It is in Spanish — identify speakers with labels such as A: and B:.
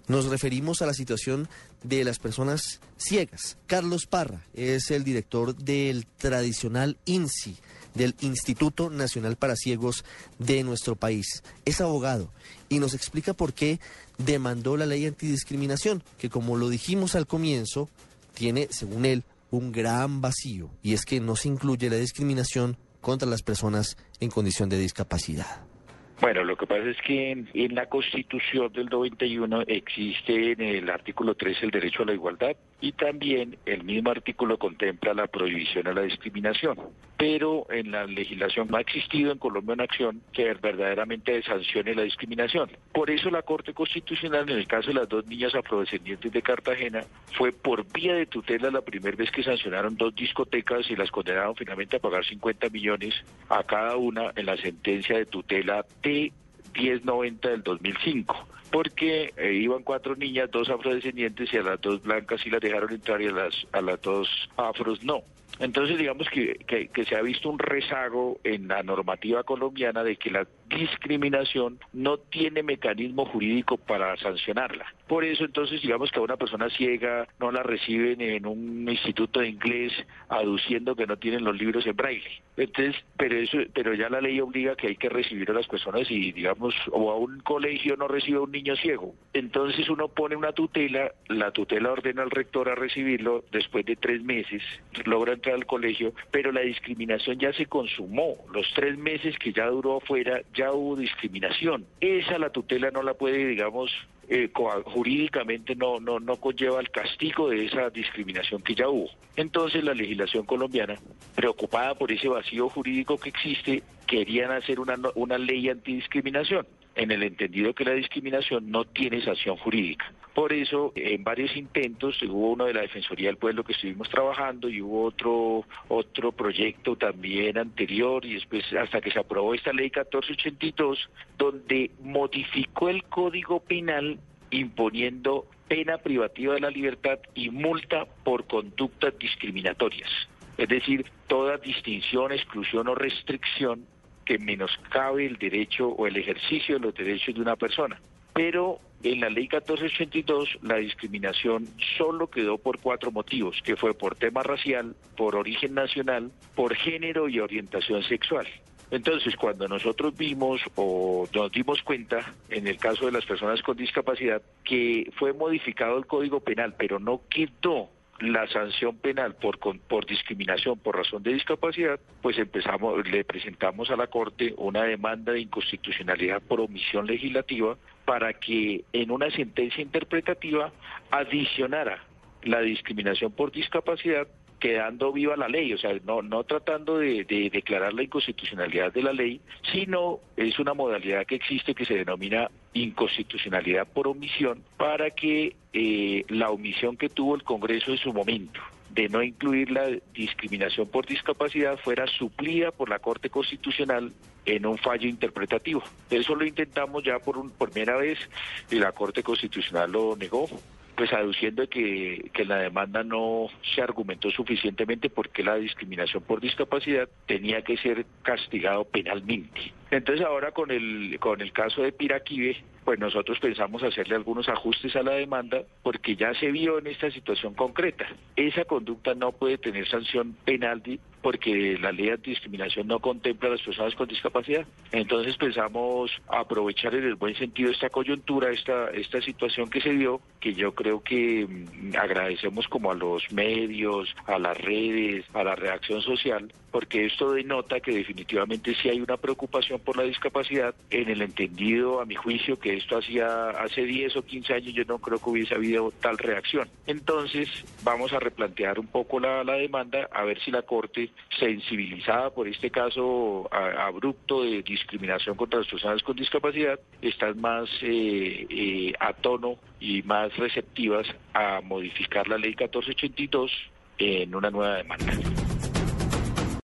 A: Nos referimos a la situación de las personas ciegas. Carlos Parra es el director del tradicional INCI, del Instituto Nacional para Ciegos de nuestro país. Es abogado y nos explica por qué demandó la ley antidiscriminación, que como lo dijimos al comienzo, tiene, según él, un gran vacío, y es que no se incluye la discriminación contra las personas en condición de discapacidad.
B: Bueno, lo que pasa es que en la Constitución del 91 existe en el artículo 3 el derecho a la igualdad y también el mismo artículo contempla la prohibición a la discriminación. Pero en la legislación no ha existido en Colombia una acción que verdaderamente sancione la discriminación. Por eso la Corte Constitucional, en el caso de las dos niñas afrodescendientes de Cartagena, fue por vía de tutela la primera vez que sancionaron dos discotecas y las condenaron finalmente a pagar 50 millones a cada una en la sentencia de tutela T-1090 del 2005. Porque iban 4 niñas, 2 afrodescendientes, y a las 2 blancas sí las dejaron entrar y a las 2 afros no. Entonces digamos que se ha visto un rezago en la normativa colombiana de que la discriminación no tiene mecanismo jurídico para sancionarla. Por eso entonces digamos que a una persona ciega no la reciben en un instituto de inglés aduciendo que no tienen los libros en braille. Entonces, pero ya la ley obliga que hay que recibir a las personas y digamos, o a un colegio no recibe a un niño ciego. Entonces uno pone una tutela, la tutela ordena al rector a recibirlo, después de 3 meses logra entrar al colegio, pero la discriminación ya se consumó. Los 3 meses que ya duró afuera, ya hubo discriminación. Esa la tutela no la puede, digamos, jurídicamente no conlleva el castigo de esa discriminación que ya hubo. Entonces la legislación colombiana, preocupada por ese vacío jurídico que existe, querían hacer una ley antidiscriminación, en el entendido que la discriminación no tiene sanción jurídica. Por eso, en varios intentos, hubo uno de la Defensoría del Pueblo que estuvimos trabajando y hubo otro proyecto también anterior, y después hasta que se aprobó esta ley 1482, donde modificó el Código Penal imponiendo pena privativa de la libertad y multa por conductas discriminatorias. Es decir, toda distinción, exclusión o restricción que menoscabe el derecho o el ejercicio de los derechos de una persona. Pero en la ley 1482 la discriminación solo quedó por 4 motivos, que fue por tema racial, por origen nacional, por género y orientación sexual. Entonces, cuando nosotros vimos o nos dimos cuenta, en el caso de las personas con discapacidad, que fue modificado el Código Penal, pero no quedó la sanción penal por discriminación por razón de discapacidad, pues le presentamos a la Corte una demanda de inconstitucionalidad por omisión legislativa para que en una sentencia interpretativa adicionara la discriminación por discapacidad, quedando viva la ley, o sea, no tratando de declarar la inconstitucionalidad de la ley, sino es una modalidad que existe que se denomina inconstitucionalidad por omisión, para que la omisión que tuvo el Congreso en su momento de no incluir la discriminación por discapacidad fuera suplida por la Corte Constitucional en un fallo interpretativo. Eso lo intentamos ya por primera vez y la Corte Constitucional lo negó, pues aduciendo que la demanda no se argumentó suficientemente porque la discriminación por discapacidad tenía que ser castigado penalmente. Entonces ahora con el caso de Piraquive, pues nosotros pensamos hacerle algunos ajustes a la demanda porque ya se vio en esta situación concreta. Esa conducta no puede tener sanción penal porque la ley de antidiscriminación no contempla a las personas con discapacidad. Entonces pensamos aprovechar en el buen sentido esta coyuntura, esta situación que se dio, que yo creo que agradecemos como a los medios, a las redes, a la reacción social, porque esto denota que definitivamente sí hay una preocupación por la discapacidad, en el entendido, a mi juicio, que esto hacía hace 10 o 15 años yo no creo que hubiese habido tal reacción. Entonces vamos a replantear un poco la demanda, a ver si la Corte, sensibilizada por este caso abrupto de discriminación contra las personas con discapacidad, están más a tono y más receptivas a modificar la ley 1482 en una nueva demanda.